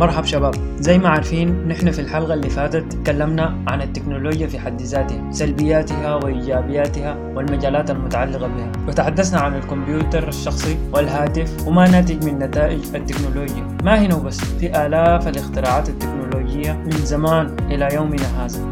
مرحب شباب، زي ما عارفين نحن في الحلقة اللي فاتت تكلمنا عن التكنولوجيا في حد ذاتها، سلبياتها وإيجابياتها والمجالات المتعلقة بها، وتحدثنا عن الكمبيوتر الشخصي والهاتف وما ناتج من نتائج التكنولوجيا. ما هنا وبس، في آلاف الاختراعات التكنولوجية من زمان إلى يومنا هذا.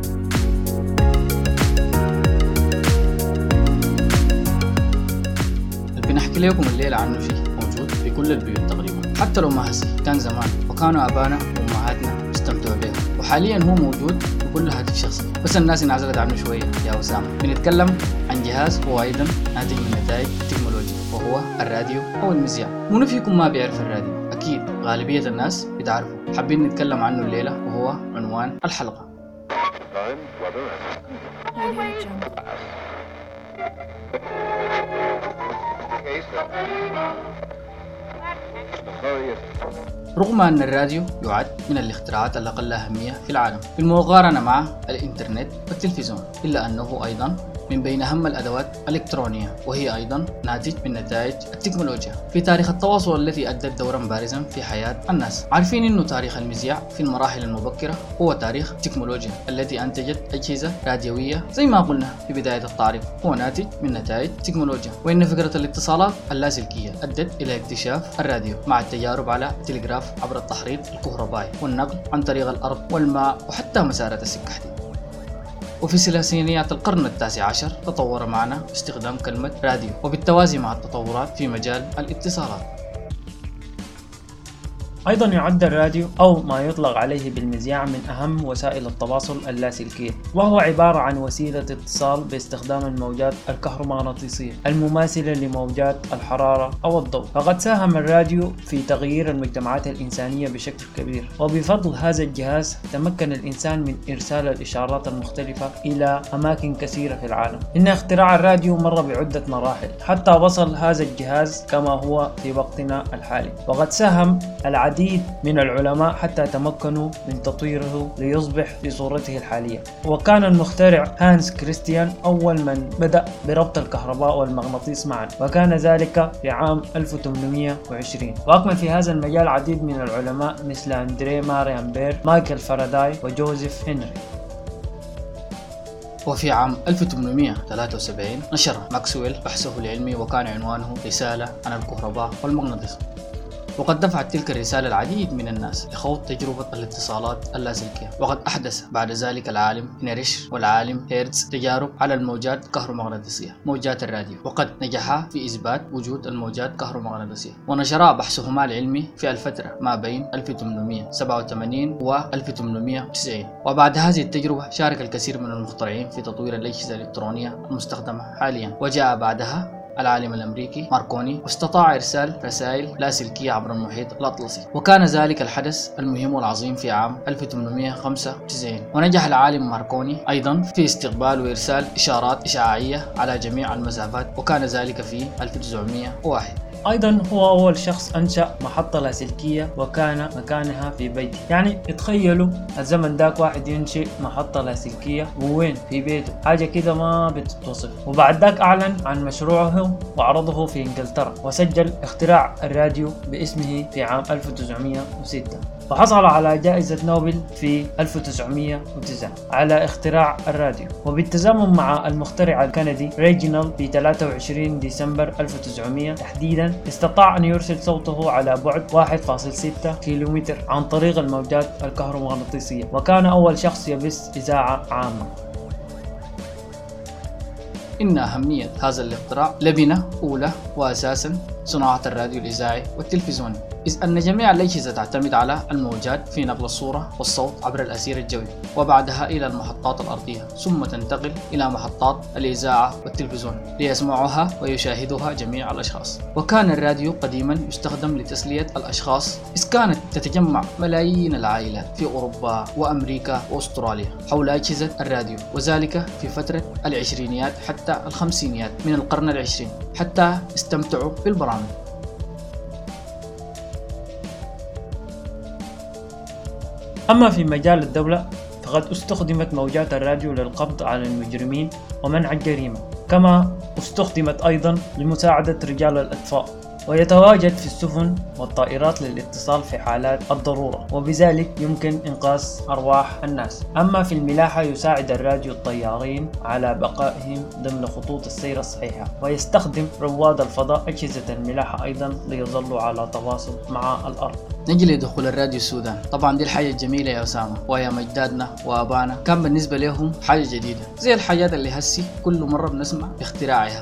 بنحكي لكم الليلة عنه فيه موجود في كل البيوت تقريبا، حتى لو ما هسي كان زمان وكانوا أبانا وأمهاتنا يستمتعوا به، وحاليا هو موجود في كل هاتف شخصي، بس الناس انعزلت عنه شوية. يا أسامة، بنتكلم عن جهاز هو أيضا ناتج من نتائج التكنولوجيا، وهو الراديو أو المذياع. منو فيكم ما بيعرف الراديو؟ أكيد غالبية الناس بتعرفه. حابين نتكلم عنه الليلة وهو عنوان الحلقة. رغم أن الراديو يعد من الاختراعات الأقل أهمية في العالم بالمقارنة مع الإنترنت والتلفزيون، إلا أنه أيضا من بين أهم الأدوات الإلكترونية، وهي أيضا ناتج من نتائج التكنولوجيا في تاريخ التواصل التي أدت دورا بارزا في حياة الناس. عارفين أنه تاريخ المذياع في المراحل المبكرة هو تاريخ التكنولوجيا التي أنتجت أجهزة راديوية، زي ما قلنا في بداية التعريف هو ناتج من نتائج التكنولوجيا، وإن فكرة الاتصالات اللاسلكية أدت إلى اكتشاف الراديو مع التجارب على التلغراف عبر التحريض الكهربائي والنقل عن طريق الأرض والماء وحتى مسارات السكة الحديد. وفي ثلاثينيات القرن التاسع عشر تطور معنا استخدام كلمة راديو، وبالتوازي مع التطورات في مجال الاتصالات. أيضا يعد الراديو أو ما يطلق عليه بالمذياع من أهم وسائل التواصل اللاسلكية، وهو عبارة عن وسيلة اتصال باستخدام الموجات الكهرومغناطيسية المماثلة لموجات الحرارة أو الضوء. فقد ساهم الراديو في تغيير المجتمعات الإنسانية بشكل كبير، وبفضل هذا الجهاز تمكن الإنسان من إرسال الإشارات المختلفة إلى أماكن كثيرة في العالم. إن اختراع الراديو مر بعدة مراحل حتى وصل هذا الجهاز كما هو في وقتنا الحالي، وقد ساهم العديد من العلماء حتى تمكنوا من تطويره ليصبح في صورته الحالية. وكان المخترع هانس كريستيان أول من بدأ بربط الكهرباء والمغناطيس معا، وكان ذلك في عام 1820. وأكمل في هذا المجال العديد من العلماء مثل أندريه ماري أمبير، مايكل فاراداي وجوزيف هنري. وفي عام 1873 نشر ماكسويل بحثه العلمي، وكان عنوانه رسالة عن الكهرباء والمغناطيس، وقد دفعت تلك الرسالة العديد من الناس لخوض تجربة الاتصالات اللاسلكية. وقد أحدث بعد ذلك العالم هنريش والعالم هيرتز تجارب على الموجات الكهرومغناطيسية، موجات الراديو، وقد نجحا في إثبات وجود الموجات الكهرومغناطيسية، ونشرا بحثهما العلمي في الفترة ما بين 1887 و 1890. وبعد هذه التجربة شارك الكثير من المخترعين في تطوير الأجهزة الإلكترونية المستخدمة حاليا. وجاء بعدها العالم الأمريكي ماركوني، واستطاع إرسال رسائل لاسلكية عبر المحيط الأطلسي، وكان ذلك الحدث المهم والعظيم في عام 1895. ونجح العالم ماركوني أيضا في استقبال وإرسال إشارات إشعاعية على جميع المسافات، وكان ذلك في 1901. أيضا هو أول شخص أنشأ محطة لاسلكية وكان مكانها في بيته. يعني تخيلوا الزمن داك واحد ينشئ محطة لاسلكية وين في بيته، حاجة كده ما بتتوصف. وبعد ذاك أعلن عن مشروعه وعرضه في إنجلترا، وسجل اختراع الراديو باسمه في عام 1906، وحصل على جائزة نوبل في 1909 على اختراع الراديو. وبالتزامن مع المخترع الكندي ريجينالد في 23 ديسمبر 1900 تحديدا، استطاع أن يرسل صوته على بعد 1.6 كيلومتر عن طريق الموجات الكهرومغناطيسية، وكان أول شخص يبث إذاعة عامة. إن أهمية هذا الاختراع لبنة أولى وأساسا صناعة الراديو الإذاعي والتلفزيوني، إذ أن جميع الأجهزة تعتمد على الموجات في نقل الصورة والصوت عبر الأسير الجوي، وبعدها إلى المحطات الأرضية، ثم تنتقل إلى محطات الإذاعة والتلفزيون ليسمعها ويشاهدها جميع الأشخاص. وكان الراديو قديما يستخدم لتسلية الأشخاص، إذ كانت تتجمع ملايين العائلات في أوروبا وأمريكا وأستراليا حول أجهزة الراديو، وذلك في فترة العشرينيات حتى الخمسينيات من القرن العشرين، حتى استمتعوا بالبرامج. أما في مجال الدولة فقد استخدمت موجات الراديو للقبض على المجرمين ومنع الجريمة، كما استخدمت أيضا لمساعدة رجال الإطفاء ويتواجد في السفن والطائرات للاتصال في حالات الضرورة، وبذلك يمكن إنقاذ أرواح الناس. أما في الملاحة يساعد الراديو الطيارين على بقائهم ضمن خطوط السير الصحيحة، ويستخدم رواد الفضاء أجهزة الملاحة أيضا ليظلوا على تواصل مع الأرض. نجي لدخول الراديو السودان. طبعا دي الحاجة الجميلة يا أسامة، ويا مجدادنا وآبانا كان بالنسبة لهم حاجة جديدة، زي الحاجات اللي هسي كل مرة بنسمع باختراعها.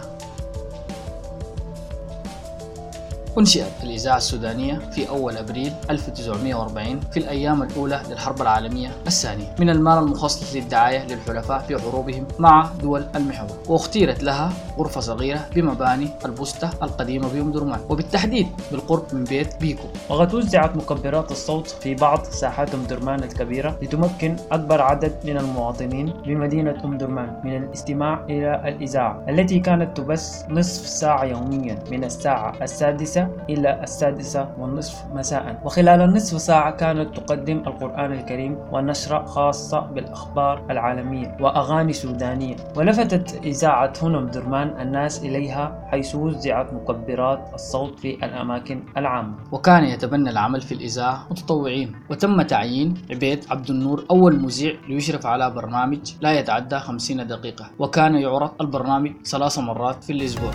أنشئت الإذاعة السودانية في أول أبريل 1940 في الأيام الأولى للحرب العالمية الثانية من المال المخصص للدعاية للحلفاء في حروبهم مع دول المحور، واختيرت لها غرفة صغيرة بمباني البوسطة القديمة بأم درمان، وبالتحديد بالقرب من بيت بيكو. وقد وزعت مكبرات الصوت في بعض ساحات أم درمان الكبيرة لتمكن أكبر عدد من المواطنين بمدينة أم درمان من الاستماع إلى الإذاعة التي كانت تبث نصف ساعة يوميا من الساعة 6 إلى 6:30 مساء، وخلال النصف ساعة كانت تقدم القرآن الكريم ونشرة خاصة بالأخبار العالمية وأغاني سودانية. ولفتت إذاعة هنا أم درمان الناس إليها حيث وزعت مكبرات الصوت في الأماكن العامة. وكان يتبنى العمل في الإذاعة متطوعين، وتم تعيين عبيد عبد النور أول مذيع ليشرف على برنامج لا يتعدى 50 دقيقة، وكان يعرض البرنامج 3 مرات في الأسبوع.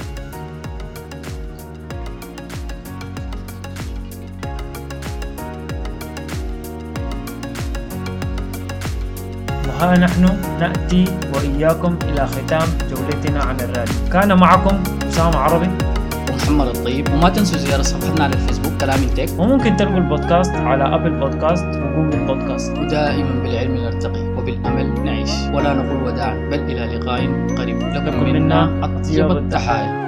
وها نحن نأتي وإياكم إلى ختام جولتنا عن الراديو. كان معكم أسامة عربي ومحمد الطيب، وما تنسوا زيارة صفحتنا على الفيسبوك كلام التك، وممكن تلقوا البودكاست على أبل بودكاست وجوجل بودكاست. ودائما بالعلم نرتقي وبالأمل نعيش، ولا نقول وداعا بل إلى لقاء قريب. لكم منا أطيب التحايا.